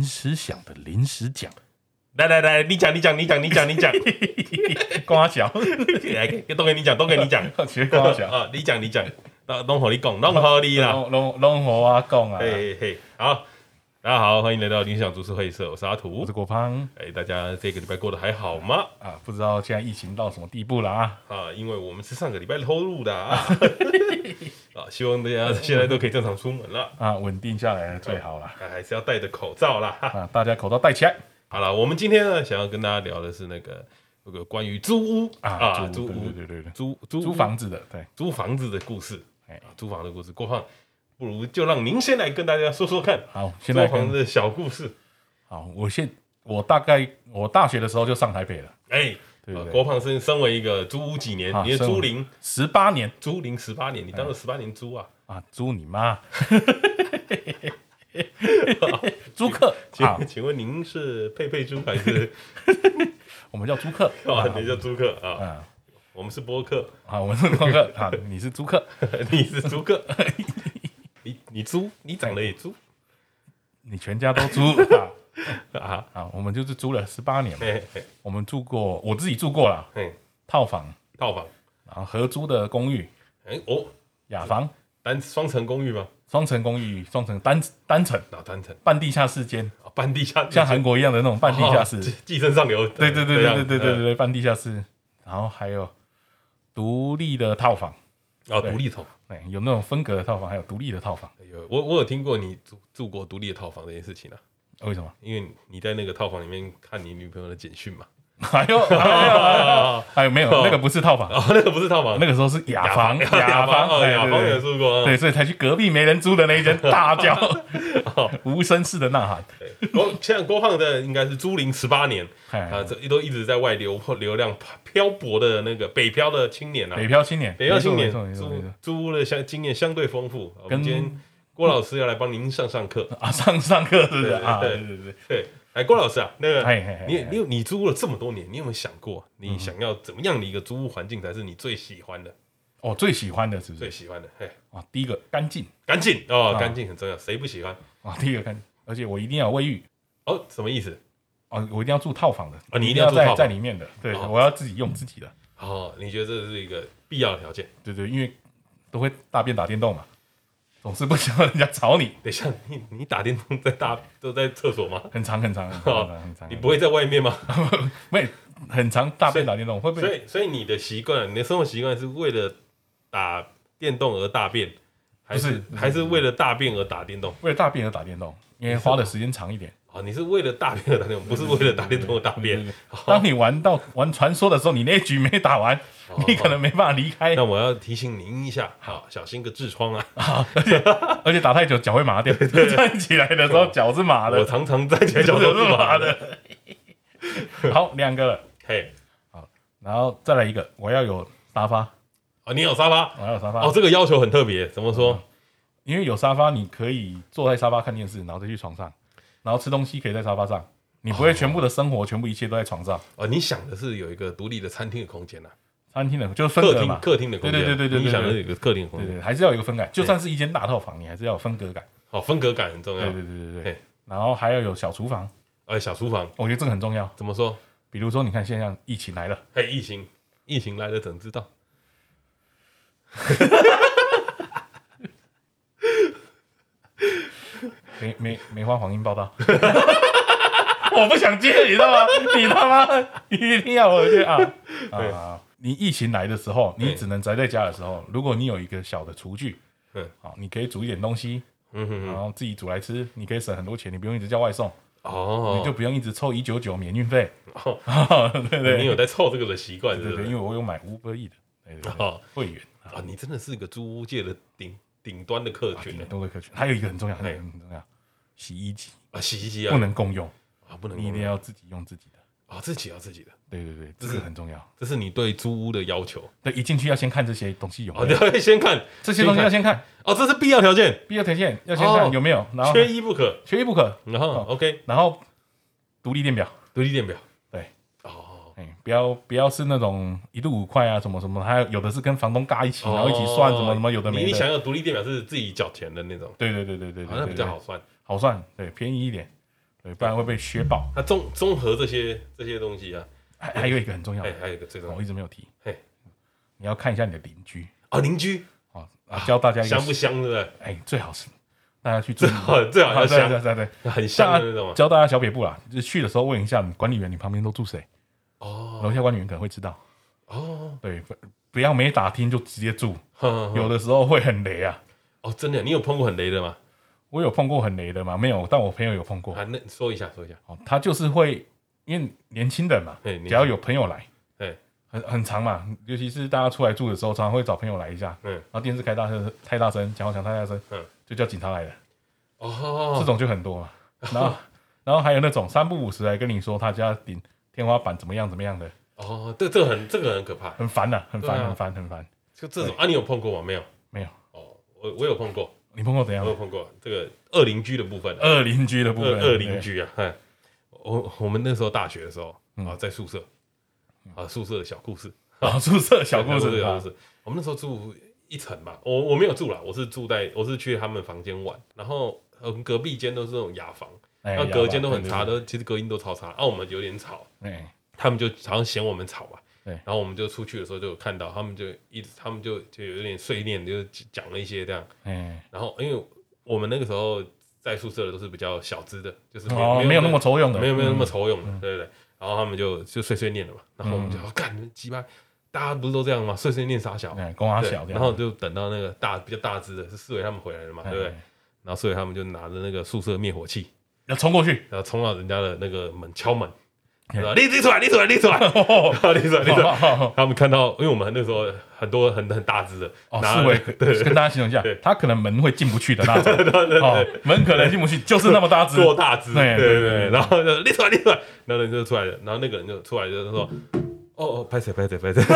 时想的临时讲。 来，你讲， 光小， 都给你讲， 学光小啊，你讲，拢和你讲，拢和你啦， 拢和我讲啊。 嘿，好，大家好，欢迎来到理想株式会社，我是阿图， 我是国芳。 大家这个礼拜过得还好吗？ 啊，不知道现在疫情到什么地步了啊？ 因为我们是上个礼拜偷录的啊，希望大家现在都可以正常出门了啊，稳定下来最好了。 还是要戴着口罩啦， 大家口罩戴起来。 好了，我们今天呢，想要跟大家聊的是那个关于租屋租屋，对，租房子的，对， 租房子的故事，租房的故事，郭胖，不如就让您先来跟大家说说看， 好，现在租房的小故事。 好，我大学的时候就上台北了， 对，郭胖身为一个租屋几年，你的租龄 18年， 租龄18年，你当了18年租啊？ 租你妈！租客， 请问您是佩猪还是？ 我们叫租客， 你叫租客啊？我们是播客我们是播客你是租客， 你是租客，你租，你长得也租， 你全家都租我们就是租了18年嘛。我们住过，我自己住过啦，套房，然后合租的公寓，雅房， 双层公寓吗？ 双层公寓，双层单层，半地下室间， 半地下， 像韩国一样的那种半地下室， 寄生上流。 对，半地下室，然后还有独立的套房， 独立套房，有那种分隔的套房，还有独立的套房。 我有听过你住过独立的套房这件事情啊？ 为什么？ 因为你在那个套房里面看你女朋友的简讯嘛。 还有没有？那个不是套房， 那个不是套房， 那个时候是雅房有住过， 对，所以才去隔壁没人租的那一间大叫，无声式的呐喊。 现在郭胖的应该是租龄18年，都一直在外流量漂泊的那个北漂的青年啊， 北漂青年， 租屋的经验相对丰富。我们今天郭老师要来帮您上课上课是不是对。郭老师啊，那个你租了这么多年，你有没有想过，你想要怎么样的一个租屋环境才是你最喜欢的？ 最喜欢的是不是？ 最喜欢的， 第一个干净干净很重要，谁不喜欢？ 第一个干净，而且我一定要有卫浴。 什么意思？ 我一定要住套房的。 你一定要住套房在里面的，对，我要自己用自己的。 你觉得这是一个必要的条件？ 对，因为都会大便打电动嘛。总是不想让人家吵你。 等一下，你打电动都在厕所吗？ 很长。 你不会在外面吗？ 没，很长大便打电动会不会？ 所以你的生活习惯是为了打电动而大便，还是为了大便而打电动？ 为了大便而打电动，因为花的时间长一点。 你是为了大便而打电动，不是为了打电动而大便。 当你玩传说的时候，你那一局没打完，你可能没办法离开。 那我要提醒您一下，小心个痔疮啊！ 而且打太久脚会麻掉，站起来的时候脚是麻的。 我常常站起来脚都是麻的。 好，2个了。好，然后再来一个，我要有沙发。 你有沙发？ 我要有沙发。 这个要求很特别，怎么说？ 因为有沙发，你可以坐在沙发看电视，然后再去床上。然后吃东西可以在沙发上，你不会全部的生活、全部一切都在床上。 你想的是有一个独立的餐厅的空间餐厅的就是分隔嘛， 客厅的空间。对，你想的是有一个客厅的空间， 还是要有一个分隔。就算是一间大套房，你还是要有分隔感。 分隔感很重要。 对。然后还要有小厨房。 小厨房， 我觉得这个很重要。 怎么说？ 比如说，你看现在疫情来了， 疫情来了怎么知道？ 梅花黄莺报道，我不想接，你知道吗？你他妈一定要我去你疫情来的时候，你只能宅在家的时候，如果你有一个小的厨具，你可以煮一点东西，然后自己煮来吃，你可以省很多钱，你不用一直叫外送，你就不用一直凑199免运费，对， 你有在凑这个的习惯，对， 因为我有买 Uber Eats 的会员你真的是一个租屋界的顶端的客群， 还有一个很重要，洗衣机洗衣机不能共用不能， 你一定要自己用自己的自己要自己的， 对，这个很重要， 这是你对租屋的要求。 对，一进去要先看这些东西有没有， 要先看这些东西要先看， 这是必要条件， 要先看有没有，然后缺一不可， 然后 OK， 然后独立电表， 对， 不要是那种1度5块啊，什么什么，还有的是跟房东尬一起，然后一起算什么什么，有的没的。 你想要独立电表是自己缴钱的那种， 对， 那比较好算， 对，便宜一点。 对，不然会被削爆。 它综合这些东西啊， 还有一个很重要的， 还有一个最重要， 我一直没有提，你要看一下你的邻居啊，邻居教大家一个香不香，对不对？ 哎，最好是大家去注意， 最好要香， 对， 很香的那种。 教大家小撇步啦，就是去的时候问一下管理员，你旁边都住谁？ 哦， 楼下管理员可能会知道。 哦， 对，不要没打听就直接住，有的时候会很雷啊。 哦，真的，你有碰过很雷的吗？ 我有碰过很雷的吗？没有，但我朋友有碰过。 那说一下。 哦，他就是会，因为年轻人嘛，只要有朋友来，很长嘛，尤其是大家出来住的时候，常常会找朋友来一下，然后电视开太大声，讲话讲太大声，就叫警察来了。哦，这种就很多嘛。然后还有那种3不5时来跟你说他家顶天花板怎么样的。 哦，这个很可怕， 很烦呐，很烦。 就这种你有碰过吗？没有。哦，我有碰过。 你碰过怎样？ 我有碰过这个恶邻居的部分。 恶邻居啊，我们那时候大学的时候在宿舍宿舍的小故事宿舍小故事。 我们那时候住1层嘛，我没有住啦，我是去他们房间玩，然后隔壁间都是那种雅房，然后隔间都很差，其实隔音都超差，我们有点吵，他们就好像嫌我们吵吧。然后我们就出去的时候就有看到，他们就有点碎念，就讲了一些这样。然后因为我们那个时候在宿舍的都是比较小资的，就是没有那么愁用的， 没有那么愁用的，对。然后他们就碎念了嘛，然后我们就干鸡巴，大家不是都这样吗？碎念傻小， 公阿小， 然后就等到那个比较大只的是四维他们回来了嘛，对不对？然后四维他们就拿着那个宿舍灭火器要冲过去， 然后冲到人家的那个门敲门。你出来！他们看到，因为我们那时候很多很大只的， 四维跟大家形容一下，他可能门会进不去的那种，门可能进不去，就是那么大只， 多大只，对。然后你出来，然后人就出来了，然后那个人就出来就说：“哦，拍谁。”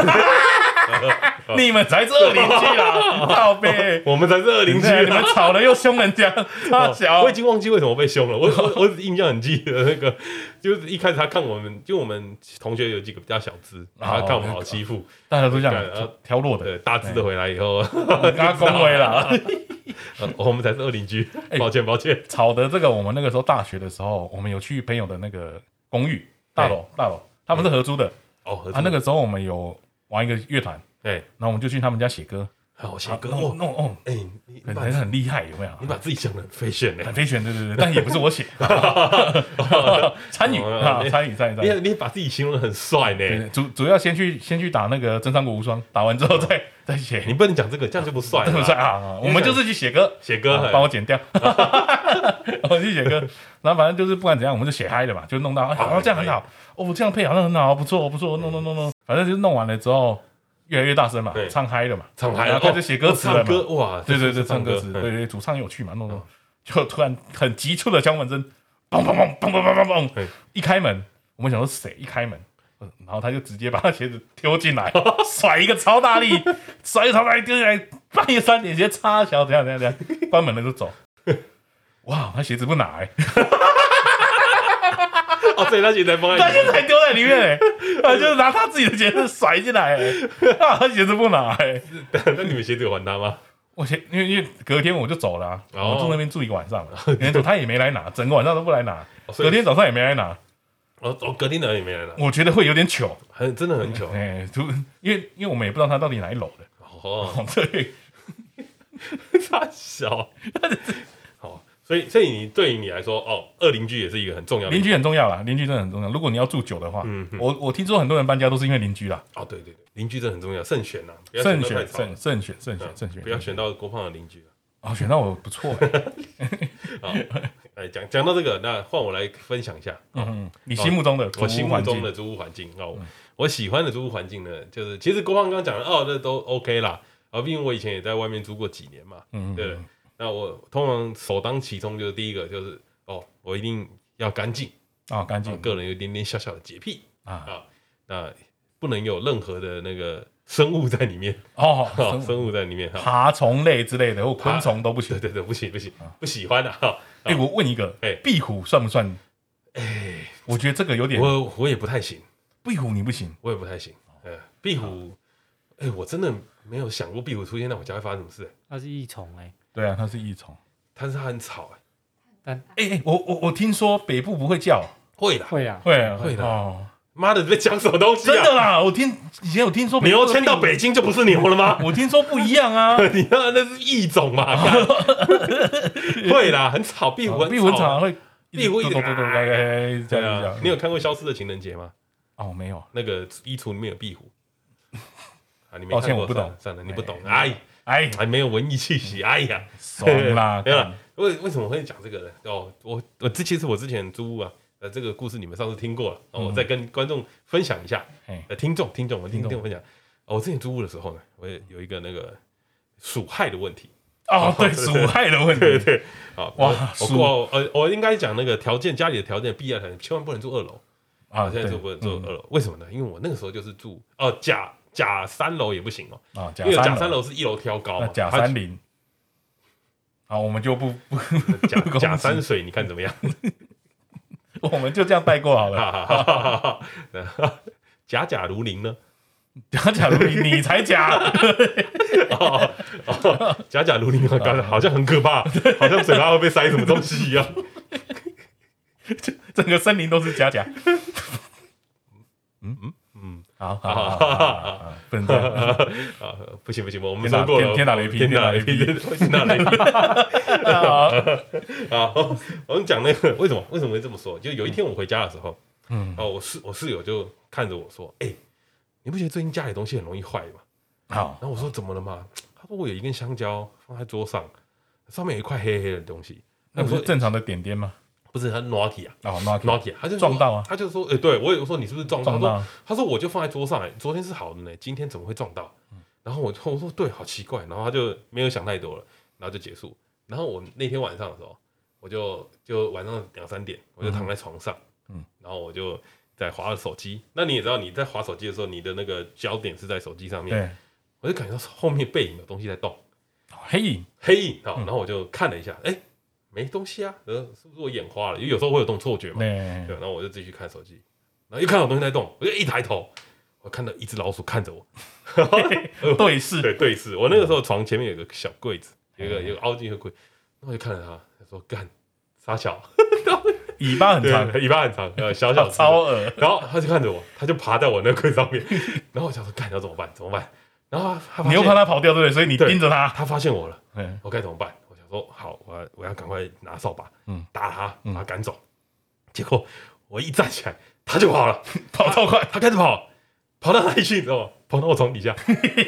你们才是恶邻居啦，靠北， 我们才是恶邻居， 你们吵了又凶人家，差小。 我已经忘记为什么被凶了，我印象很记得那个，就是一开始他看我们，就我们同学有几个比较小只，然后看我们好欺负， 大家都这样挑弱的， 对，大只的回来以后， 跟他恭维了， 我们才是恶邻居，抱歉。 吵的这个，我们那个时候大学的时候，我们有去朋友的那个公寓大楼，他们是合租的，那个时候我们有玩一个乐团，然后我们就去他们家写歌， 写歌你很厉害，有没有？ 你把自己想的很飞旋， 很飞旋，对，但也不是我写，参与， 你把自己形容的很帅呢。 主要先去打那个真三国无双，打完之后再写。 你不能讲这个，这样就不帅， 不帅啊！我们就是去写歌，帮我剪掉，我去写歌，然后反正就是不管怎样，我们就写嗨了嘛，就弄到这样很好，这样配好像很好，不错，弄，反正就是弄完了之后。越来越大声嘛，唱嗨了嘛，然后开始写歌词了嘛， 哇， 对，唱歌词，对，主唱有趣嘛，弄，就突然很急促的敲门声，砰，一开门，我们想说谁？一开门，然后他就直接把他鞋子丢进来，甩一个超大力丢进来，半夜3点直接插小，这样，关门了就走，哇，他鞋子不拿所以他鞋子放在， 他鞋子还丢在里面就是拿他自己的鞋子甩进来他鞋子不拿那你们鞋子有还他吗？ 因为隔天我就走了我住那边住一个晚上了，他也没来拿，整个晚上都不来拿，隔天早上也没来拿。 隔天的也没来拿， 我觉得会有点糗， 真的很糗因为我们也不知道他到底哪一楼的对， 差小。所以你对于你来说，恶邻居也是一个很重要的， 邻居很重要啦，邻居真的很重要。如果你要住久的话，我听说很多人搬家都是因为邻居啦。 对，邻居真的很重要，慎选呐， 慎选， 不要选到郭胖的邻居选到我不错讲到这个，那换我来分享一下。 你心目中的我心目中的租屋环境我喜欢的租屋环境呢，就是其实郭胖刚刚讲的这都 OK 啦毕竟我以前也在外面租过几年嘛，对。那我通常首当其冲就是第一个就是我一定要干净干净， 个人有一点点小小的洁癖那不能有任何的那个生物在里面生物在里面爬虫类之类的或昆虫都不行， 对，不行，不喜欢我问一个，壁虎算不算？我觉得这个有点， 我也不太行， 壁虎你不行， 我也不太行，壁虎，我真的没有想过壁虎出现在我家会发生什么事， 它是益虫对啊，它是益虫， 但是它很吵我听说北部不会叫， 会啦， 会啊， 会的哦。 妈的，你在讲什么东西啊？ 真的啦，以前有听说牛迁到北京就不是牛了吗？ 我听说不一样啊。 你那是异种嘛？会啦，很吵，壁虎很吵，会壁虎一直这样。 你有看过《消失的情人节》吗？ 哦，没有。 那个衣橱里面有壁虎啊，你没抱歉， 看过， 我不懂。 算了，你不懂。还没有文艺气息。哎呀， 爽啦！ 没有啦。为什么会讲这个呢？哦，其实我之前租屋啊。这个故事你们上次听过了，我再跟观众分享一下。听众，我听众分享。我之前租屋的时候呢，我有一个那个鼠害的问题。 哦，对，鼠害的问题。 对，好，我应该讲那个条件，家里的条件，必要条件，千万不能住2楼啊！现在就不能住2楼，为什么呢？因为我那个时候就是住甲3楼也不行哦，因为甲3楼是1楼挑高嘛， 甲30。好，我们就不甲3水，你看怎么样？ 我们就这样带过好了。 甲如林呢？ 甲如林，你才甲。 甲如林，好像很可怕，好像嘴巴会被塞什么东西一样。 整个森林都是甲。好，不能这样。 不行，我们说过了， 天打雷劈。 好，我们讲那个为什么会这么说？就有一天我回家的时候，我室友就看着我说：“你不觉得最近家里东西很容易坏吗？”然后我说：“怎么了嘛？”他说：“我有一根香蕉放在桌上，上面有一块黑黑的东西。” 那不是正常的点点吗？ 不是，他 Nokia 啊 Nokia， 他就撞到啊， 他就说，对我有说你是不是撞到？ 他说我就放在桌上，昨天是好的呢，今天怎么会撞到？然后我说对，好奇怪，然后他就没有想太多了，然后就结束。然后我那天晚上的时候，我就晚上2、3点，我就躺在床上，然后我就在滑手机。那你也知道，你在滑手机的时候，你的那个焦点是在手机上面，我就感觉到后面背影有东西在动，黑影，然后我就看了一下，没东西啊，是不是我眼花了？因为有时候会有这种错觉嘛。对，然后我就继续看手机，然后又看到东西在动，我就一抬头，我看到一只老鼠看着我， 对视。 我那个时候床前面有个小柜子，有个凹进去的柜，然后我就看着他说干傻小， 尾巴很长， 小小超恶， 然后他就看着我，他就爬在我那柜上面，然后我想说干要怎么办？然后你又怕他跑掉对不对？所以你盯着他， 他发现我了，我该怎么办？说好，我要赶快拿扫把，打他，把他赶走。结果我一站起来，他就跑了， 跑超快， 他开始跑到哪里去？你知道吗？跑到我床底下。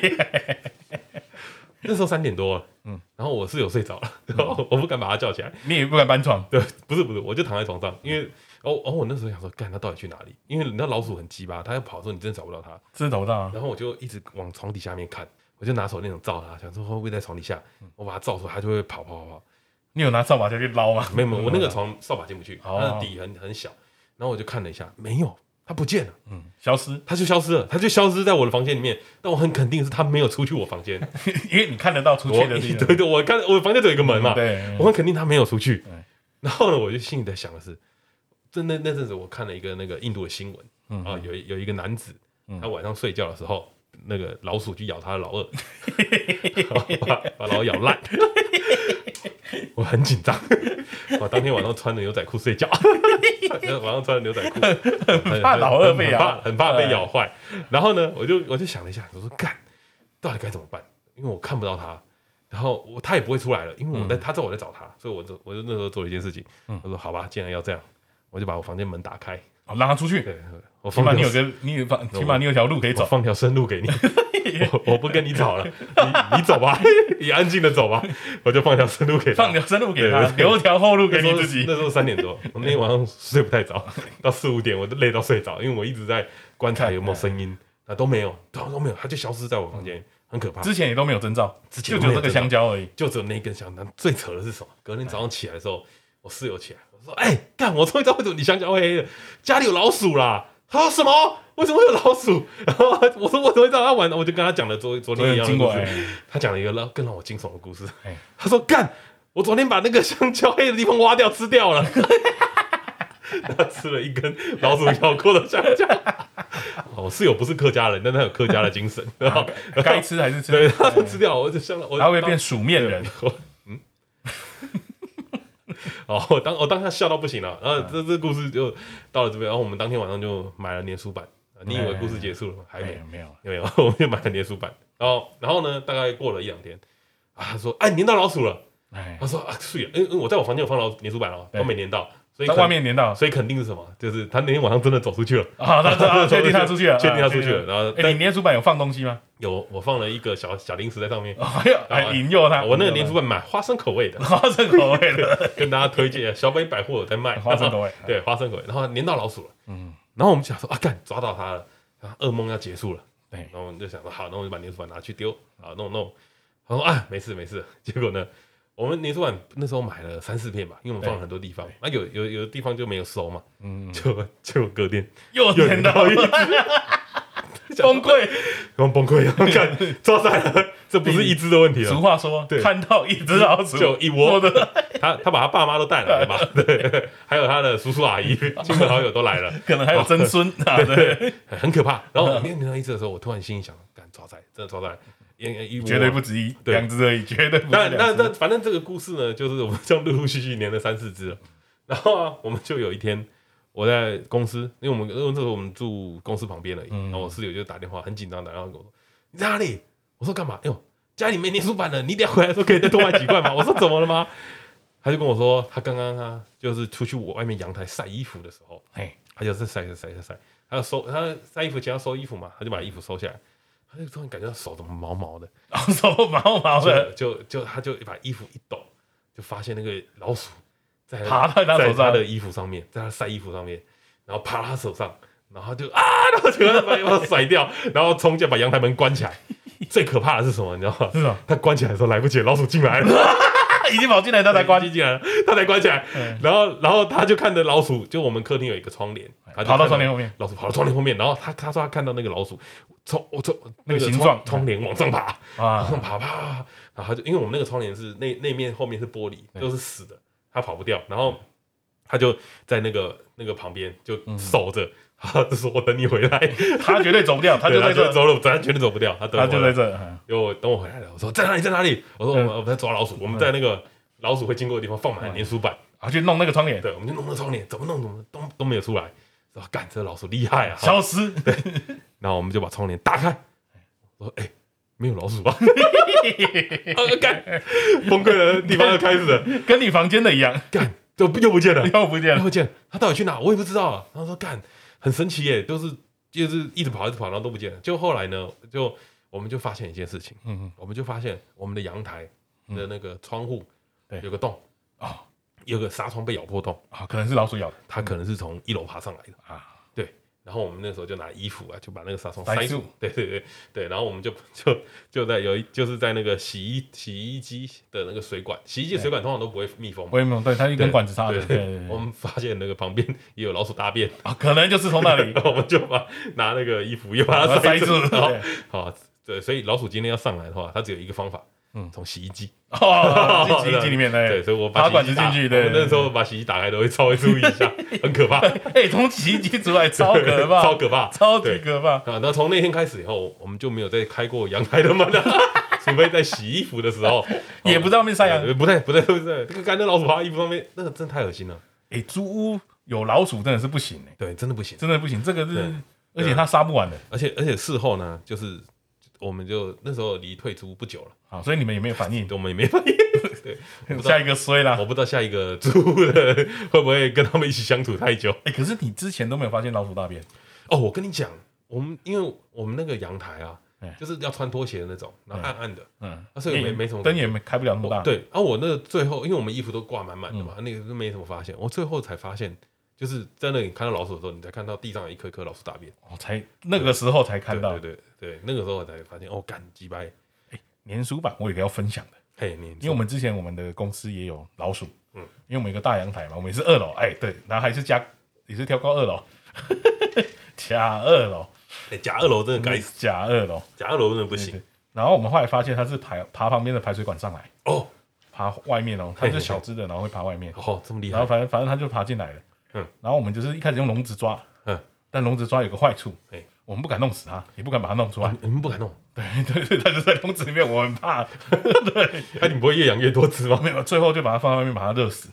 那时候3点多了，然后我室友睡着了，然后我不敢把他叫起来， 你也不敢搬床， 对，不是，我就躺在床上，因为我那时候想说，干他到底去哪里？因为你知道老鼠很鸡巴，他要跑的时候你真的找不到他， 真的找不到啊。 然后我就一直往床底下面看。我就拿手电筒照他，想说会不会在床底下，我把他照出来，他就会跑。 你有拿扫把下去捞吗？ 没有，我那个床扫把进不去，它的底很小。然后我就看了一下，没有，他不见了， 消失， 他就消失在我的房间里面。但我很肯定是他没有出去我房间， 因为你看得到出去的地方。 对，我看我房间有一个门嘛，我很肯定他没有出去。然后呢，我就心里在想的是，那阵子我看了一个那个印度的新闻，有一个男子，他晚上睡觉的时候。那个老鼠去咬他的老二，把老二咬烂，我很紧张。我当天晚上穿着牛仔裤睡觉，晚上穿着牛仔裤， 很怕老二被咬， 很怕被咬坏。然后呢，我就想了一下，我说干，到底该怎么办？因为我看不到他，然后他也不会出来了，因为他知道我在找他，所以我就那时候做了一件事情，我说好吧，既然要这样，我就把我房间门打开。 让他出去，起码你有条路可以走， 放条生路给你，我不跟你吵了，你走吧，你安静的走吧，我就放条生路给他， 留条后路给你自己。 那时候3点多，我那天晚上睡不太着，到4、5点我都累到睡着，因为我一直在观察有没有声音，都没有，他就消失在我房间，很可怕。 之前也都没有征兆，就只有这个香蕉而已， 就只有那根香蕉。最扯的是什么？隔天早上起来的时候，我室友起来。说干！我终于知道为什么你香蕉黑的，家里有老鼠啦。他说什么？为什么会有老鼠？然后我说我怎么会知道他玩？我就跟他讲了昨天一样的故事。他讲了一个更让我惊悚的故事。他说干！我昨天把那个香蕉黑的地方挖掉吃掉了。他吃了一根老鼠咬过的香蕉。我室友不是客家人，但他有客家的精神。 该吃还是吃？ 对，他吃掉，我就香了。 他会变鼠面人。 哦，我当下笑到不行了。然后这故事就到了这边，然后我们当天晚上就买了粘鼠板。你以为故事结束了吗？还没有，我们就买了粘鼠板。然后呢，大概过了1-2天，他说：“哎，粘到老鼠了。”他说：“啊，是啊，因为我在我房间有放粘鼠板哦，都没粘到。”所以在外面粘到， 所以肯定是什么？就是他那天晚上真的走出去了啊！他确定他出去了， 确定他出去了。然后， 你粘鼠板有放东西吗？ 有，我放了一个小零食在上面， 还引诱他。 我那个粘鼠板买花生口味的， 花生口味的， 跟大家推荐，小北百货有在卖花生口味， 对，花生口味。然后粘到老鼠了，然后我们想说啊，干抓到它了，噩梦要结束了，对。然后我们就想说好，那我就把粘鼠板拿去丢，啊，弄。他说啊，没事。结果呢？我们粘鼠板那时候买了3-4片吧，因为我们放了很多地方，有的地方就没有收嘛，就隔天又粘到一只，崩溃， 崩溃，看抓在了，这不是一只的问题了。 俗话说，看到一只老鼠就一窝的，他把他爸妈都带来了吧，对，还有他的叔叔阿姨、亲朋好友都来了， 可能还有曾孙， 对，很可怕。然后粘到一只的时候，我突然心里想，干抓在，真的抓在。 绝对不止2只而已，绝对不止2只。 那反正这个故事呢，就是我们这样陆陆续续粘了3-4只了。然后啊，我们就有一天我在公司，因为那时候我们住公司旁边而已，然后我室友就打电话，很紧张打电话跟我说：“你在哪里？”我说：“干嘛？”哎呦，家里没粘鼠板了，你等下回来的时候可以再多买几块吗？我说：“怎么了吗？”他就跟我说，他刚刚就是出去我外面阳台晒衣服的时候，他就是晒，他要晒衣服前要收衣服嘛，他就把衣服收下来。他就突然感觉到手怎么毛毛的， 手毛毛的， 他就把衣服一抖，就发现那个老鼠爬在他的衣服上面，在他晒衣服上面，然后爬他手上，然后然后就把他甩掉，然后冲进把阳台门关起来。最可怕的是什么？你知道吗？ 是什么？ 他关起来的时候来不及，老鼠进来了。 已经跑进来，他才关进来了，他才关起来。然后他就看着老鼠，就我们客厅有一个窗帘， 跑到窗帘后面， 老鼠跑到窗帘后面，然后他说他看到那个老鼠从那个形状窗帘往上爬， 往上爬，然后他就因为我们那个窗帘是那面后面是玻璃，都是死的，他跑不掉，然后他就在那个旁边就守着。他就说：“我等你回来。” 他绝对走不掉，他就在这走了，咱绝对走不掉。他就在这。 等我回来了，我说在哪里？我说我们在抓老鼠，我们在那个老鼠会经过的地方放满粘鼠板， 去弄那个窗帘。 对，我们就弄那个窗帘，怎么弄都没有出来。说干，这老鼠厉害啊， 消失。 对，然后我们就把窗帘打开。我说：“没有老鼠吧？”干，崩溃的地方又开始了， 跟你房间的一样。 干，又不见了， 又不见了。 他到底去哪？我也不知道啊。然后说干。很神奇耶，就是一直跑，然后都不见了。就后来呢，我们就发现一件事情，我们就发现我们的阳台的那个窗户有个洞有个纱窗被咬破洞可能是老鼠咬的， 它可能是从1楼爬上来的对。然后我们那时候就拿衣服就把那个纱窗塞住，对，然后我们就是在那个洗衣机的那个水管，洗衣机水管通常都不会密封， 对，它一根管子插着。 对，我们发现那个旁边也有老鼠大便可能就是从那里， 我们就拿那个衣服又把它塞住，对，所以老鼠今天要上来的话，它只有一个方法。从洗衣机进洗衣机里面， 对，所以我把管子进去，对， 那时候把洗衣机打开都会稍微注意一下，很可怕。 从洗衣机出来超可怕， 超可怕， 超级可怕那从那天开始以后，我们就没有再开过阳台的门了，除非在洗衣服的时候， 也不在外面晒阳， 不在，这个干那老鼠爬衣服上面，那个真的太恶心了。 租屋有老鼠真的是不行对，真的不行， 这个是，而且它杀不完的， 而且事后呢，就是我们就那时候离退租不久了， 所以你们也没有反应， 我们也没反应。对， 下一个衰啦， 我不知道下一个租户的会不会跟他们一起相处太久。 可是你之前都没有发现老鼠大便我跟你讲，因为我们那个阳台就是要穿拖鞋的那种，然后暗暗的，所以没什么灯也开不了那么大。 对，我那个最后，因为我们衣服都挂满满的嘛，那个是没什么发现。我最后才发现，就是在那里看到老鼠的时候，你才看到地上有一颗颗老鼠大便。 才那个时候才看到。 对，那个时候我才发现，干鸡掰。 粘鼠板我有一个要分享的，因为我们之前我们的公司也有老鼠，因为我们有个大阳台嘛，我们也是2楼，对，然后还是也是挑高2楼，假2楼， 假2楼真的该死， 假2楼真的不行。 然后我们后来发现它是爬旁边的排水管上来，爬外面它是小只的，然后会爬外面， 这么厉害。 然后反正它就爬进来了，然后我们就是一开始用笼子抓，但笼子抓有个坏处，我们不敢弄死它，也不敢把它弄出来。 你们不敢弄？ 对，它就在笼子里面，我很怕。对， 你不会越养越多只吗？ 没有，最后就把它放在外面，把它热死。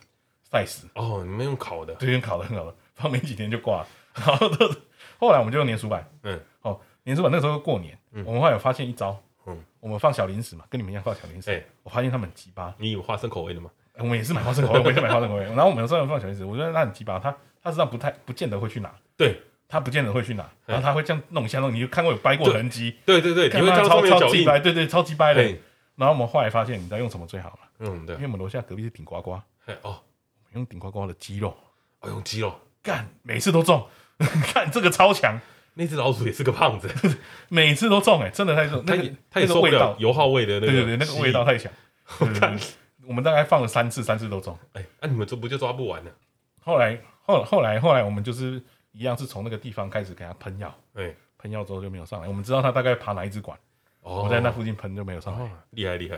晒死。 哦，你们用烤的， 对，用烤的很好的，放没几天就挂了。然后后来我们就用粘鼠板，粘鼠板那时候过年，我们后来有发现一招，我们放小零食嘛，跟你们一样放小零食，我发现他们很鸡巴。 你有花生口味的吗？ 我们也是买花生口味，我们也是买花生口味。然后我们有时候放小零食，我觉得他很鸡巴，他实际上不见得会去拿， 对， 他不见得会去拿，然后他会这样弄一下弄，你就看过有掰过的痕迹， 对，你会看到超上面有脚印， 对，超鸡掰的。然后我们后来发现，你知道用什么最好吗？ 对， 因为我们楼下隔壁是顶呱呱，用顶呱呱的鸡肉， 用鸡肉， 干，每次都中，看这个超强。 那只老鼠也是个胖子， 每次都中真的太重， 它也受不了油耗味的那个， 对，那个味道太强。我们大概放了3次都中。 你们这不就抓不完了？ 后来我们就是一样是从那个地方开始给它喷药，喷药之后就没有上来。我们知道它大概爬哪一支管，我们在那附近喷就没有上来。 厉害！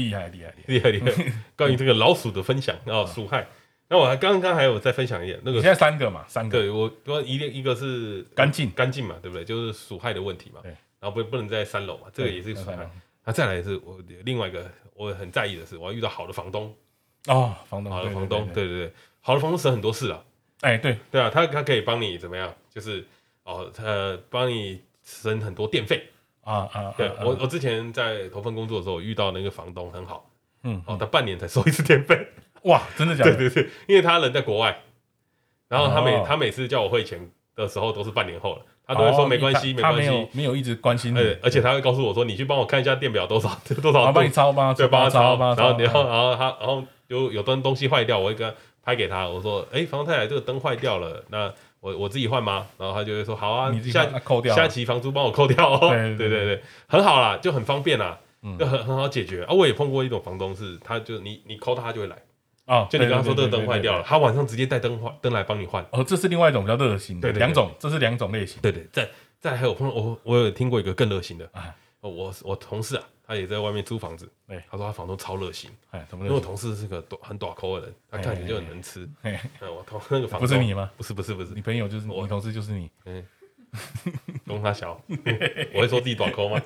关于这个老鼠的分享鼠害。那我刚刚还有再分享一点，那个现在3个嘛，3个。 对，我一个是干净嘛，对不对？就是鼠害的问题嘛。然后不能在3楼嘛，这个也是鼠害。那再来是我另外一个我很在意的是，我要遇到好的房东。 好的房东，对，好的房东省很多事啊。对啊，他可以帮你怎么样？就是帮你省很多电费对，我之前在头份工作的时候遇到那个房东很好，他半年才收一次电费。 哇，真的假的？ 对，因为他人在国外，然后他每次叫我汇钱的时候都是半年后了，他都会说没关系， 他没有一直关心你， 而且他会告诉我说，你去帮我看一下电表多少， 我帮你抄， 帮他抄，然后有东西坏掉，我会跟他拍给他，我说，房东太太这个灯坏掉了，那我自己换吗？然后他就会说好啊，下期房租帮我扣掉哦。对，很好啦，就很方便啦，就很好解决啊。我也碰过一种房东是，他就你扣他就会来。就你刚刚说这个灯坏掉了，他晚上直接带灯来帮你换。 这是另外一种比较热心的，这是2种类型。 对，再还有我有听过一个更热心的，我同事他也在外面租房子，他说他房东超热心，因为我同事是个很短口的人，他看起来就很能吃。我那个房东不是你吗？ 不是， 你朋友就是你同事就是你。 供他小，我会说自己短口吗？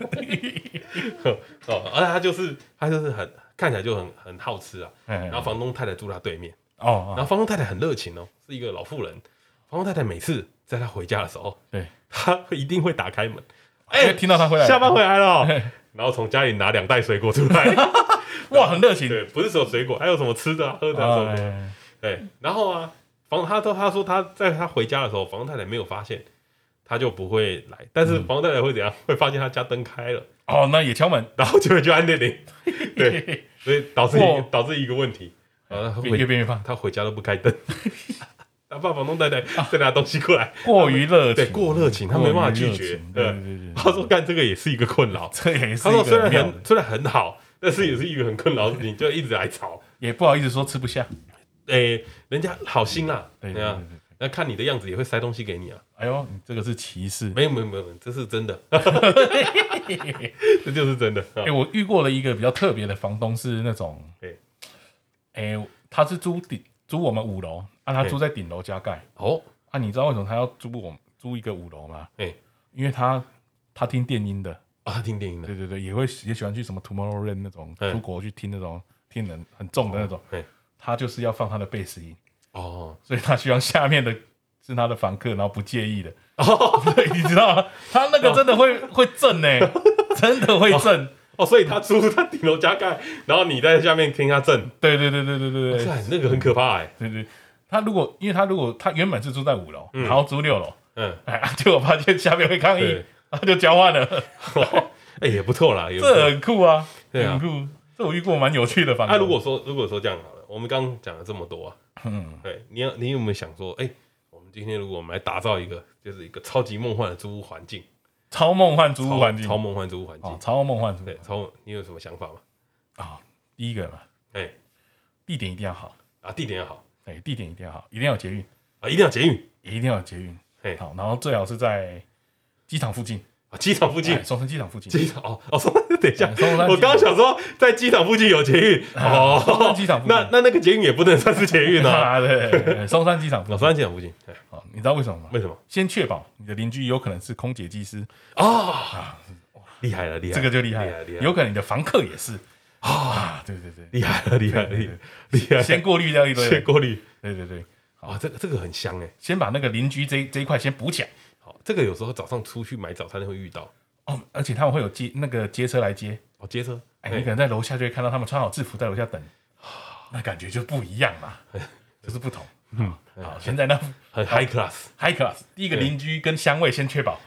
而且他就是很看起来就很好吃啊。然后房东太太住他对面，然后房东太太很热情是一个老妇人。房东太太每次在他回家的时候，他一定会打开门， 听到他回来， 下班回来了，然后从家里拿2袋水果出来， 哇，很热情。 对，不是只有水果，还有什么吃的、喝的什么。对，然后他说他在他回家的时候，房东太太没有发现。他就不会来，但是房东太太会怎样？会发现他家灯开了， 那也敲门， 然后就按电铃，对，所以导致一个问题， 越变越胖， 他回家都不开灯，他怕房东太太再拿东西过来， 过于热情， 对，过热情，他没办法拒绝，对，他说干这个也是一个困扰，他说虽然很好，但是也是一个很困扰的事情，就一直来吵， 也不好意思说吃不下， 人家好心啦，对啊。那看你的样子也会塞东西给你啊！ 你这个是歧视？ 没有，这是真的，这就是真的。 我遇过了一个比较特别的房东，是那种，他是租我们5楼，他住在顶楼加盖。你知道为什么他要租一个5楼吗？因为他听电音的他听电音的， 对，也喜欢去什么 Tomorrowland 那种出国去听那种听人很重的那种，他就是要放他的贝斯音。所以他希望下面的是他的房客，然后不介意的。对，你知道吗？他那个真的会震真的会震。 所以他租他顶楼加盖，然后你在下面听他震。 对， 那个很可怕对，他如果他原本是住在5楼，然后租6楼，结果发现下面会抗议，他就交换了。 也不错啦， 这很酷啊，很酷。这我遇过蛮有趣的房东。 如果说这样好了，我们刚刚讲了这么多对，你有没有想说，我们今天如果我们来打造一个超级梦幻的租屋环境， 超梦幻租屋环境， 超梦幻租屋环境， 超梦幻租屋， 对，你有什么想法吗？ 第一个嘛，地点一定要好地点要好， 地点一定要好，一定要有捷运一定要捷运， 一定要有捷运，好，然后最好是在机场附近。 机场附近， 松山机场附近。 等一下，我刚刚想说在机场附近有捷运松山机场附近， 那个捷运也不能算是捷运对，松山机场附近， 松山机场附近。 你知道为什么吗？ 为什么？ 先确保你的邻居有可能是空姐技师厉害了， 这个就厉害了，有可能你的房客也是。 对对对， 厉害了，厉害了，厉害！ 先过滤掉一堆， 先过滤。 对对对， 这个很香哎， 先把那个邻居这一块先补起来。 好，这个有时候早上出去买早餐会遇到哦，而且他们会有接车来接。 接车， 你可能在楼下就会看到他们穿好制服在楼下等，那感觉就不一样嘛，就是不同。好，现在呢很 high class， 第一个邻居跟香味先确保。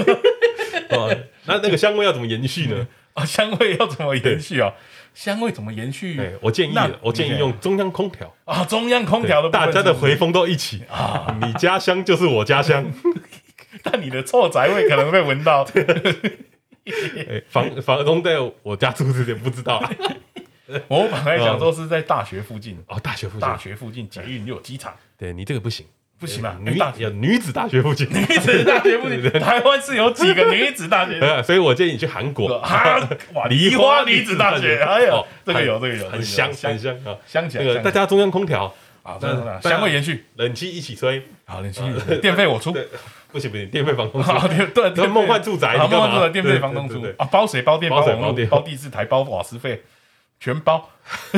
那个香味要怎么延续呢？ 香味要怎么延续啊？香味怎么延续？ 我建议用中央空调中央空调的大家的回风都一起你家乡就是我家乡， 但你的臭宅味可能被闻到。 房东在我家住之前不知道。 我本来想说是在大学附近大学附近捷运又有机场， 对你这个不行嘛？ 女子大学附近， 女子大学附近，台湾是有几个女子大学？ 所以我建议你去韩国梨花女子大学，哎呦，这个有， 很香啊， 香起来。 大家中央空调香味延续， 冷气一起吹， 好，冷气电费我出。 不行，电费房东出。 对， 梦幻住宅，你干嘛？ 电费房东出包水包电包网络包第四台包瓦斯费，全包。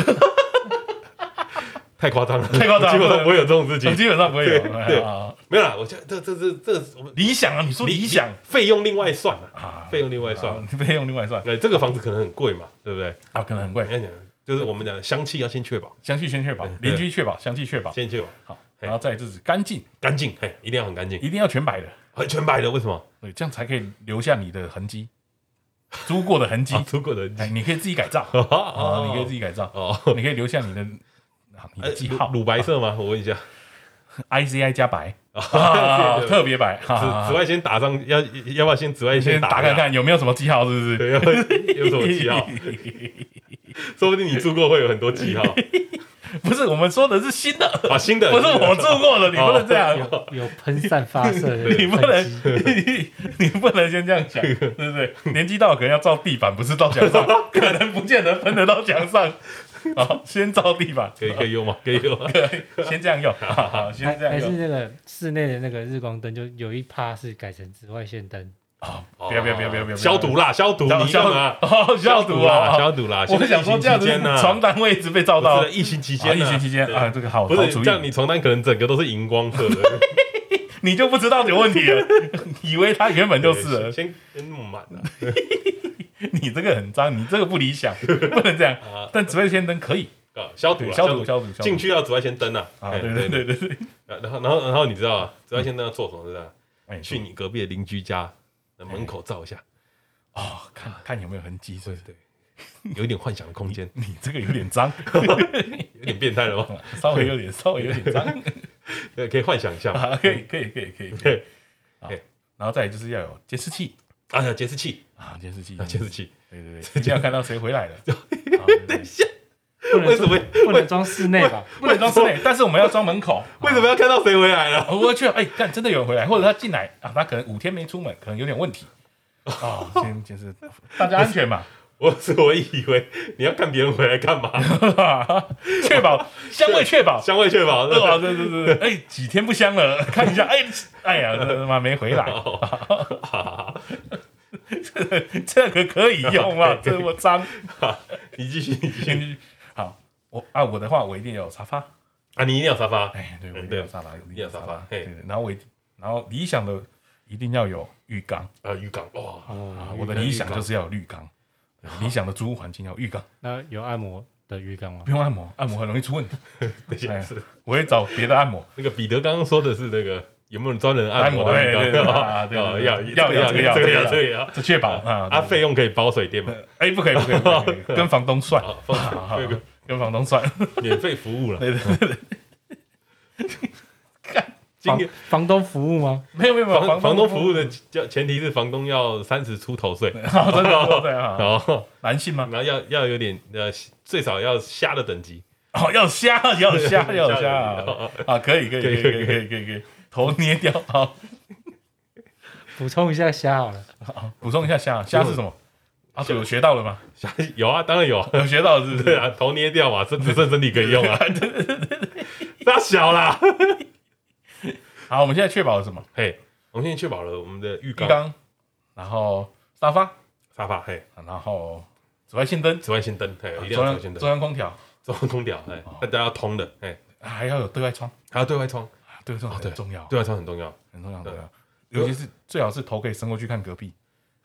太夸张了， 基本上不会有这种事情， 基本上不会有。 对，没有啦，我觉得这理想啊，你说理想， 费用另外算费用另外算。这个房子可能很贵嘛，对不对？ 可能很贵。 就是我们讲香气要先确保， 邻居确保，香气确保， 先确保。 好，然后再就是干净， 一定要很干净， 一定要全白的， 全白的，为什么？ 对，这样才可以留下你的痕迹，租过的痕迹，你可以自己改造，你可以自己改造，你可以留下你的记号， 乳白色吗？我问一下 ，ICI 加白，特别白， 紫外线打上，要不要先紫外线打看看有没有什么记号，是不是？ 对，有什么记号？说不定你住过会有很多记号。 不是，我们说的是新的新的， 不是我住过的，你不能这样。 有喷散发射的， 你不能先这样讲，对不对？年纪到了可能要照地板，不是照墙上，可能不见得喷得到墙上。好，先照地板， 可以用吗？可以用， 先这样用。好，先这样用。 还是那个室内的那个日光灯，就有一趴是改成紫外线灯。 不要！ 消毒啦，消毒啦！ 消毒啦！ 我想说这样子，床单会一直被照到。 疫情期间这个好不是主意。 这样，你床单可能整个都是荧光色的， 你就不知道有问题了，以为它原本就是了。 先弄满了。 你这个很脏，你这个不理想，不能这样。但紫外线灯可以消毒，进去要紫外线灯啊！ 对。 然后你知道啊，紫外线灯要做什么？知道？去你隔壁的邻居家的门口照一下， 看有没有痕迹，对， 有一点幻想的空间。 你这个有点脏， 有点变态了吗？ 稍微有点脏， 可以幻想一下。 可以。然后再来就是要有监视器监视器， 对，一定要看到谁回来了。 等一下， 为什么不能装室内吧？ 不能装室内，但是我们要装门口。 为什么要看到谁回来了？ 我去，看真的有人回来，或者他进来他可能5天没出门，可能有点问题。先是大家安全嘛。 我以为你要看别人回来干嘛？ 确保香味，确保。 对， 几天不香了，看一下，哎呀，他妈没回来。这个可以用吗？这么脏。 你继续。 好，我的话，我一定要有沙发。 你一定要沙发。 对，我一定要沙发， 一定要沙发。 然后理想的一定要有浴缸。 浴缸我的理想就是要有浴缸。理想的租屋环境要有浴缸。 那有按摩的浴缸吗？ 不用按摩，按摩很容易出问题。我会找别的按摩。 那个彼得刚刚说的是那个有没有专人按摩的浴缸？要， 这确保费用可以包水电吗？ 不可以，跟房东算。跟房东算， 免费服务了。 对。 房东服务吗？ 没有， 房东服务的前提是房东要30出头岁， 真的对啊。男性吗？ 然后要有点最少要虾的等级。 要虾可以，头捏掉。 补充一下虾好了。 补充一下虾是什么？有学到了吗？ 有啊，当然有， 有学到是不是？ 对啊，头捏掉嘛，只剩身体可以用啊。大小啦。 好，我们现在确保了什么？ 我们现在确保了我们的浴缸， 然后沙发， 然后紫外线灯， 紫外线灯，一定要紫外线灯， 中央空调， 中央空调，大家要通的， 还要有对外窗， 还有对外窗， 对外窗很重要， 对外窗很重要， 很重要，尤其是最好是头可以伸过去看隔壁。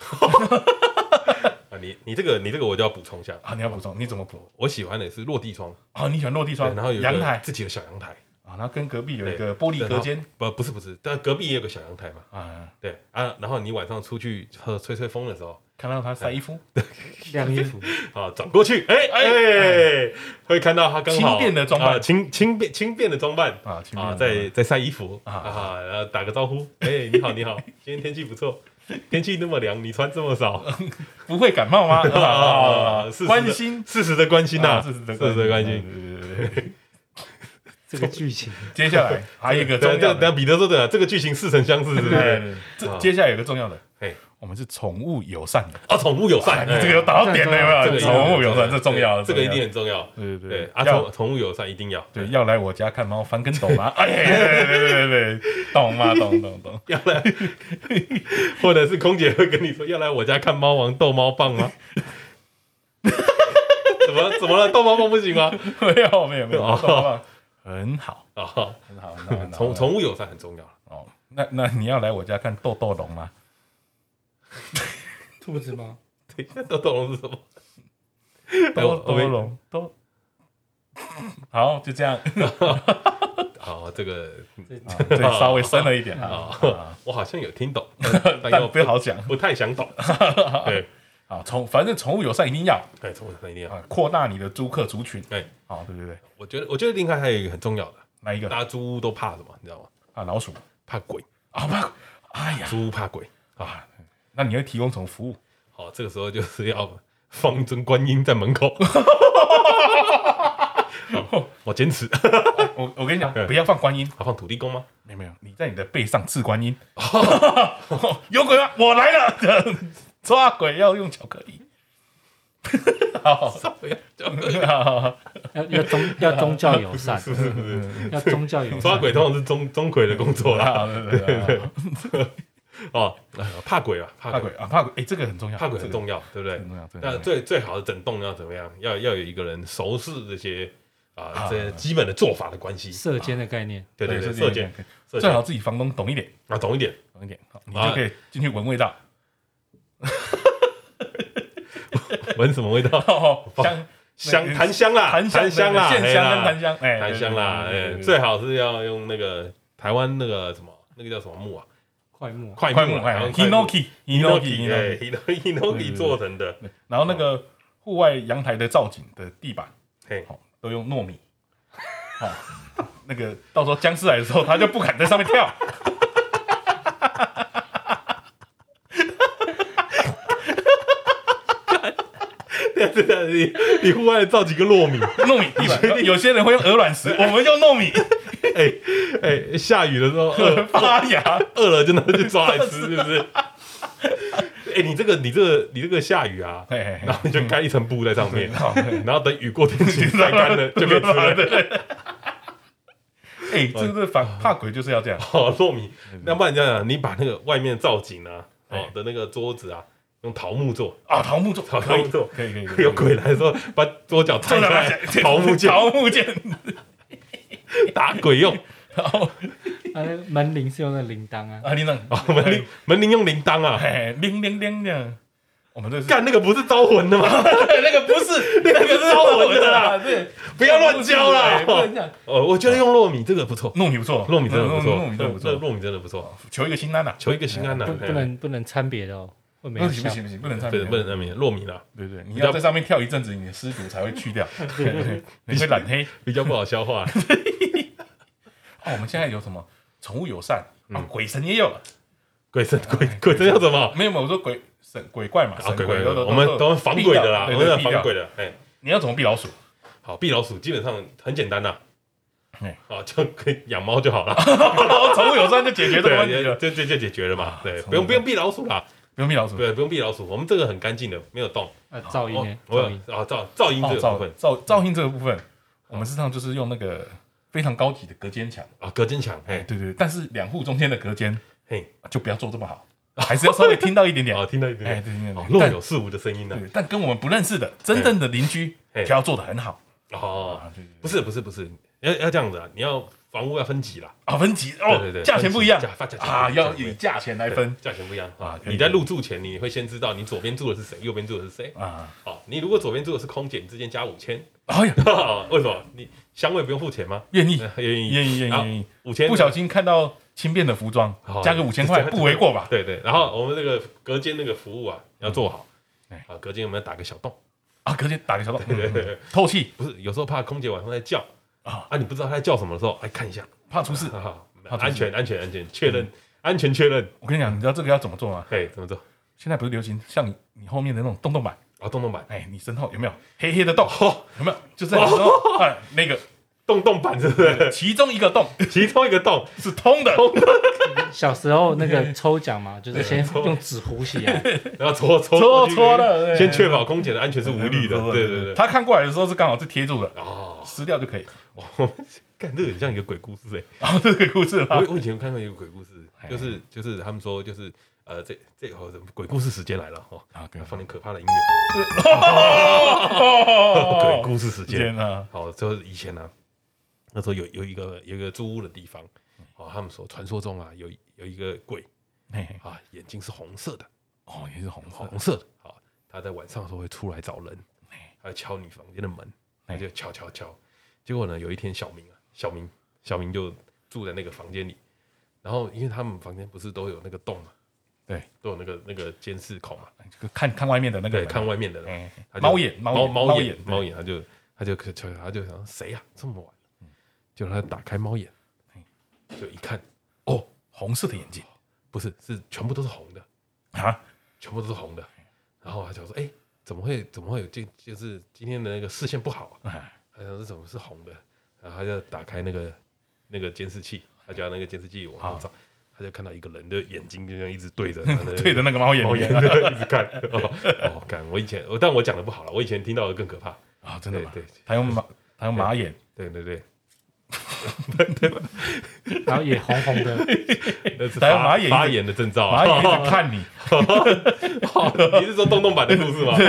你这个我就要补充一下啊！你要补充，你怎么补？ 我喜欢的是落地窗啊，你喜欢落地窗， 然后有阳台自己的小阳台啊，然后跟隔壁有一个玻璃隔间， 不是，但隔壁也有个小阳台嘛啊， 对啊，然后你晚上出去吹风的时候， 看到他晒衣服， 晾衣服啊，转过去，会看到他刚好轻便的装扮， 轻便的装扮啊， 在晒衣服啊，然后打个招呼，你好，今天天气不错。天气那么凉，你穿这么少， 不会感冒吗？关心， 适时的关心呐， 适时的关心。对。 这个剧情， 接下来还有一个重要的， 等彼得说的，这个剧情似曾相识，是不是？ 接下来有个重要的，我们是宠物友善的啊，宠物友善， 这个有打到点了，有没有？宠物友善这重要， 这个一定很重要，对啊，宠物友善一定要， 对，要来我家看猫翻跟斗吗？对，懂吗？懂， 要来，或者是空姐会跟你说要来我家看猫王逗猫棒吗？怎么了？逗猫棒不行吗？ 没有，逗猫棒很好，很好， 宠物友善很重要哦。那你要来我家看豆豆龙吗？ 兔子吗？ 对，豆豆龙是什么？ 豆龙都好，就这样。 好，这个稍微深了一点我好像有听懂， 但不好讲， 不太想懂。对啊，反正宠物友善一定要， 对，宠物友善一定要扩大你的租客族群。 对， 好，对， 我觉得另外还有一个很重要的， 哪一个？ 大家租屋都怕什么？你知道吗？ 怕老鼠， 怕鬼啊，怕，哎呀， 租屋怕鬼啊。那你会提供什么服务？ 好，这个时候就是要放一尊观音在门口。我坚持。 我跟你讲，不要放观音， 放土地公吗？ 没有，你在你的背上刺观音。有鬼吗？我来了！抓鬼要用巧克力。好， 要宗教友善，要宗教友善。 抓鬼通常是钟馗的工作啦。对。哦，怕鬼啊，怕鬼，这个很重要， 怕鬼很重要，对不对？ 很重要。 那最好的整栋要怎么样？要有一个人熟识这些这基本的做法的关系， 舍监的概念， 对，舍监最好自己房东懂一点啊，懂一点， 你就可以进去闻味道。 闻什么味道？檀香啦， 檀香啦，线香跟檀香， 檀香啦，最好是要用那个台湾那个什么，那个叫什么木啊？ 快木 ，Hinoki 做成的。 然后那个户外阳台的造景的地板，都用糯米。好，那个到时候僵尸来的时候，他就不敢在上面跳。 你户外造几个糯米地板，有些人会用鹅卵石，我们用糯米。 下雨的时候发芽， 饿了就拿去抓来吃，是不是？你这个下雨啊，然后你就盖一层布在上面，然后等雨过天晴晒干了就可以吃了。 这个怕鬼就是要这样。 糯米，要不然你这样，你把那个外面造景啊，的那个桌子啊，用桃木做啊， 桃木做可以。 有鬼来的时候，把桌角拆下来，桃木剑打鬼用。 然后门铃是用那铃铛啊， 铃铛门铃用铃铛啊， 铃这样。我们这是干那个不是招魂的吗？ 那个不是，那个是招魂的啦，对， 不要乱教啦。我觉得用糯米这个不错， 糯米不错， 糯米真的不错， 糯米真的不错。 求一个心安呐， 求一个心安呐， 不能掺别的哦。不行，不能掺别， 不能糯米啦。 对，你要在上面跳一阵子，你的尸毒才会去掉，你会染黑， 比较不好消化。 我们现在有什么宠物友善鬼神也有了， 鬼神要什么？ 没有，我说鬼怪嘛， 鬼我们都防鬼的啦，我们防鬼的。 你要怎么避老鼠？ 好，避老鼠基本上很简单呐，就可以养猫就好了， 宠物友善就解决这个问题了， 就解决了嘛。对，不用避老鼠啦， 不用避老鼠， 对，不用避老鼠，我们这个很干净的，没有动。 噪音呢？ 噪音这个部分， 噪音这个部分，我们实际上就是用那个非常高级的隔间墙啊，隔间墙， 对，但是两户中间的隔间，就不要做这么好还是要稍微听到一点点， 听到一点点， 若有似无的声音呢。 但跟我们不认识的真正的邻居就要做得很好。 不是，要这样子啊，你要房屋要分级啦， 分级对，价钱不一样要以价钱来分， 价钱不一样啊。你在入住前，你会先知道你左边住的是谁，右边住的是谁啊。你如果左边住的是空姐，你之间加5000。哎呀，为什么？你香味不用付钱吗？ 愿意 5000， 不小心看到轻便的服装，加个5000块不为过吧？ 对，然后我们那个隔间那个服务啊要做好，隔间我们要打个小洞。 隔间打个小洞，对，透气。 不是，有时候怕空姐晚上在叫你不知道她在叫什么的时候，看一下， 怕出事。 安全，确认，安全确认。 我跟你讲，你知道这个要怎么做吗？ 怎么做？ 现在不是流行像你后面的那种洞洞板洞洞板， 你身后有没有黑黑的洞？有没有？就在你身后那个洞洞板，是不是？ 其中一个洞是通的。 小时候那个抽奖嘛，就是先用纸糊起来， 然后搓的，先确保空姐的安全是无力的。对， 他看过来的时候是刚好是贴住的，撕掉就可以。 干，这很像一个鬼故事这个鬼故事吗？ 我以前看过一个鬼故事，就是他们说就是这鬼故事时间来了放点可怕的音乐。鬼故事时间啊，就是以前呢，那时候有一个租屋的地方。他们说传说中有一个鬼眼睛是红色的也是红色的他在晚上的时候会出来找人，他会敲你房间的门，他就敲，结果呢有一天小明就住在那个房间里，然后因为他们房间不是都有那个洞嘛，对，都有那个监视孔嘛， 看外面的那个， 对，看外面的猫眼， 他就想谁呀这么晚，就他打开猫眼。就一看， 红色的眼睛， 不是全部都是红的全部都是红的。然后他就说，怎么会有就是今天的那个视线不好他想这怎么是红的？然后他就打开那个监视器，他就那个监视器往上找，他就看到一个人的眼睛就这样一直对着那个猫眼一直看。看但我讲的不好了，我以前听到的更可怕真的吗？对，他用马眼， 对。 然后也红红的， 那是发炎的征兆。 马眼一直看你， 你是说洞洞板的故事吗？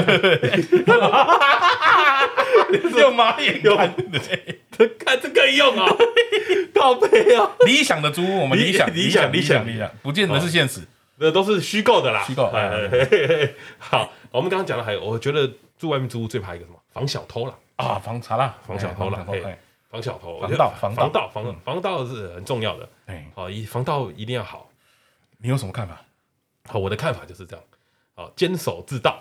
用马眼看，这可以用啊，靠背啊！ 理想的租屋，我们理想，不见得是现实， 那都是虚构的啦。 虚构。 好，我们刚刚讲的我觉得住外面租屋最怕一个什么？防小偷啦。 防查啦， 防小偷啦。防小偷，防盗是很重要的。防盗一定要好。 你有什么看法？ 我的看法就是这样。坚守自盗。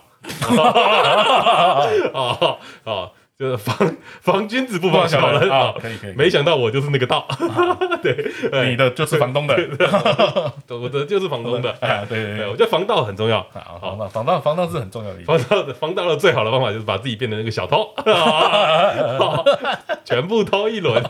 就是防君子不防小人可以。 没想到我就是那个盗。对， 你的就是房东的， 我的就是房东的。 对， 我觉得防盗很重要。 防盗是很重要的。 防盗的最好的方法就是把自己变成那个小偷，全部偷一轮。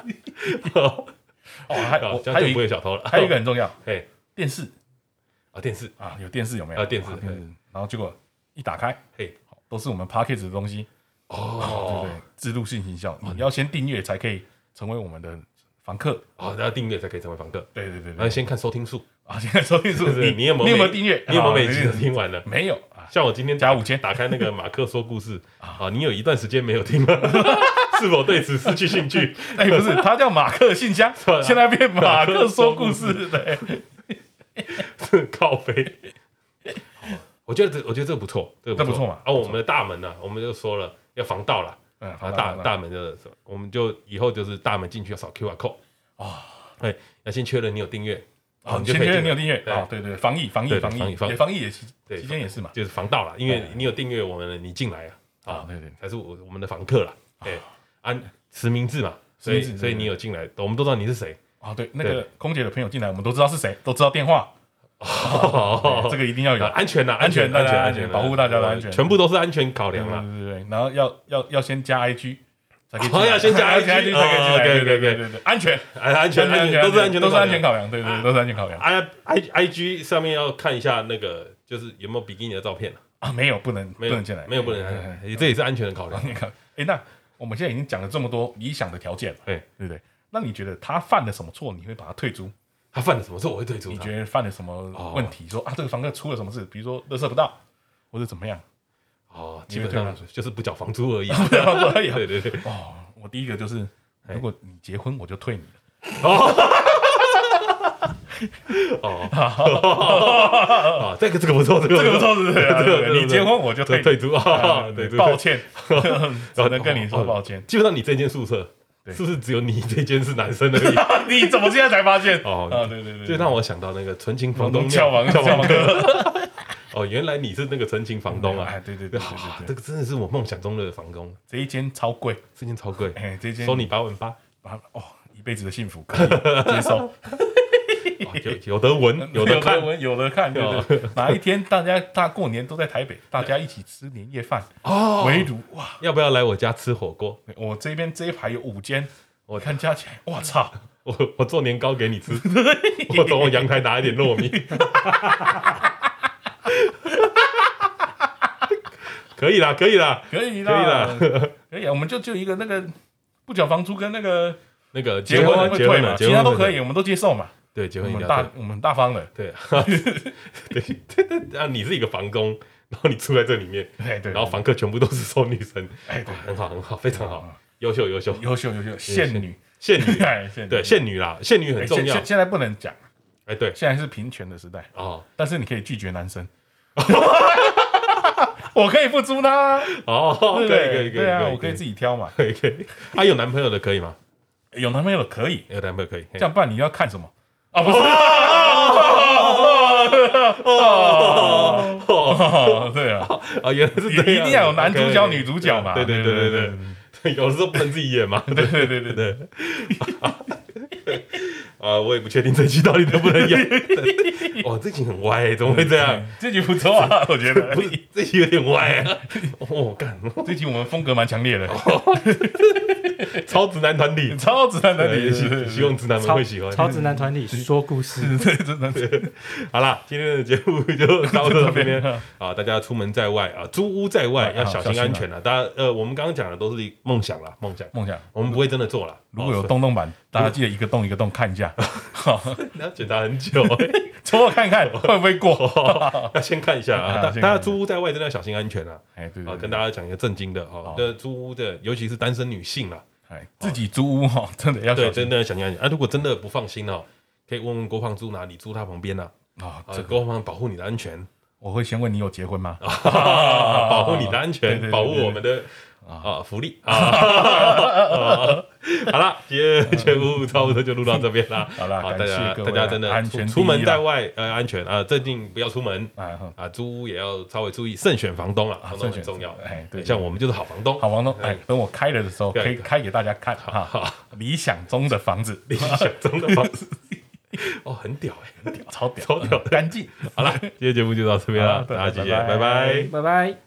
这样就不会有小偷了。 还有一个很重要，电视有电视有没有？ 电视。 然后结果一打开，都是我们 Podcast 的东西。对不对？制度性行销，你要先订阅才可以成为我们的房客。 要订阅才可以成为房客。对。 那先看收听数先看收听数。你有没有订阅？ 你有没有每集都听完了？ 没有。 像我今天加5000， 打开那个马克说故事你有一段时间没有听了，是否对此失去兴趣？ 不是，它叫马克信箱，现在变马克说故事。 对，靠背。我觉得这个不错，这不错嘛。 我们的大门呢，我们就说了要防盗了。大门的，我们就以后就是大门进去要扫 QR code。要先确认你有订阅。 你先确认你有订阅。对，防疫也期间也是嘛， 就是防盗了，因为你有订阅我们，你进来对，才是我们的房客了。按实名制嘛，所以你有进来，我们都知道你是谁。 对，那个空姐的朋友进来，我们都知道是谁，都知道电话。这个一定要有安全， 保护大家的安全， 全部都是安全考量啦。 对，然后要先加 IG，才可以。 要先加 IG 才可以进来。对，安全，都是安全考量。对，都是安全考量。 IG 上面要看一下那个，就是有没有比基尼的照片没有，不能进来， 没有不能，这也是安全的考量。 那我们现在已经讲了这么多理想的条件了，对不对？那你觉得他犯了什么错，你会把他退租？ 他犯了什么错我会退出他。 你觉得犯了什么问题？说这个房客出了什么事？比如说垃圾不到，或者怎么样？ 基本上就是不缴房租而已。 不缴房租而已。 对对对。 我第一个就是，如果你结婚，我就退你了。 这个不错，这个不错， 你结婚我就退租对，抱歉，只能跟你说抱歉。 基本上你这间宿舍是不是只有你这间是男生而已？ 你怎么现在才发现？ 对，就让我想到那个纯情房东俏房哥。 原来你是那个纯情房东啊！ 对， 这个真的是我梦想中的房东。 这一间超贵， 这间超贵， 这间收你88000， 一辈子的幸福可以接受。 有得闻，有得看， 有得看。对，哪一天大过年都在台北，大家一起吃年夜饭围炉哇！ 要不要来我家吃火锅？ 我这边这一排有5间，我看加起来，我操！ 我做年糕给你吃，我从我阳台拿一点糯米。可以啦，我们就一个那个不缴房租跟那个结婚会退嘛，其他都可以，我们都接受嘛。 对，结婚我们大方的。 对，对，你是一个房东，然后你住在这里面，然后房客全部都是臭女生，很好，非常好，优秀， 限女， 对，限女啦，限女很重要。 现在不能讲， 对， 现在是平权的时代但是你可以拒绝男生。我可以不租他可以， 对啊，我可以自己挑嘛， 可以。他有男朋友的可以吗？ 有男朋友的可以， 有男朋友可以。 这样不然你要看什么？不是，对啊， 原来是这样， 一定要有男主角、女主角嘛， 对，有的时候不能自己演嘛，对。我也不确定这集到底能不能演。这集很歪，怎么会这样？ 这集不错啊，我觉得。 这集有点歪啊。干， 这集我们风格蛮强烈的。 超直男团体，希望直男们会喜欢。 超直男团体说故事， 真的。 好啦，今天的节目就到这边大家出门在外租屋在外要小心安全啦。大家我们刚刚讲的都是梦想啦，梦想，我们不会真的做啦。 如果有洞板，大家记得一个洞一个洞看一下。 你要检查很久， 戳看看会不会过。 要先看一下大家租屋在外真的要小心安全啊。跟大家讲一个正经的租屋的，尤其是单身女性啦。 自己租屋真的要小心， 真的要小心安全。如果真的不放心可以问问国防租哪里租他旁边国防保护你的安全。 我会先问你有结婚吗？ 保护你的安全，保护我们的福利。好了，今天节目差不多就录到这边啦。 好了， 大家真的安全出门在外安全最近不要出门租屋也要稍微注意，慎选房东房东很重要。对，像我们就是好房东。 等我开了的时候可以开给大家看理想中的房子， 很屌超屌，干净。 好了，今天节目就到这边了，大家谢谢，拜拜。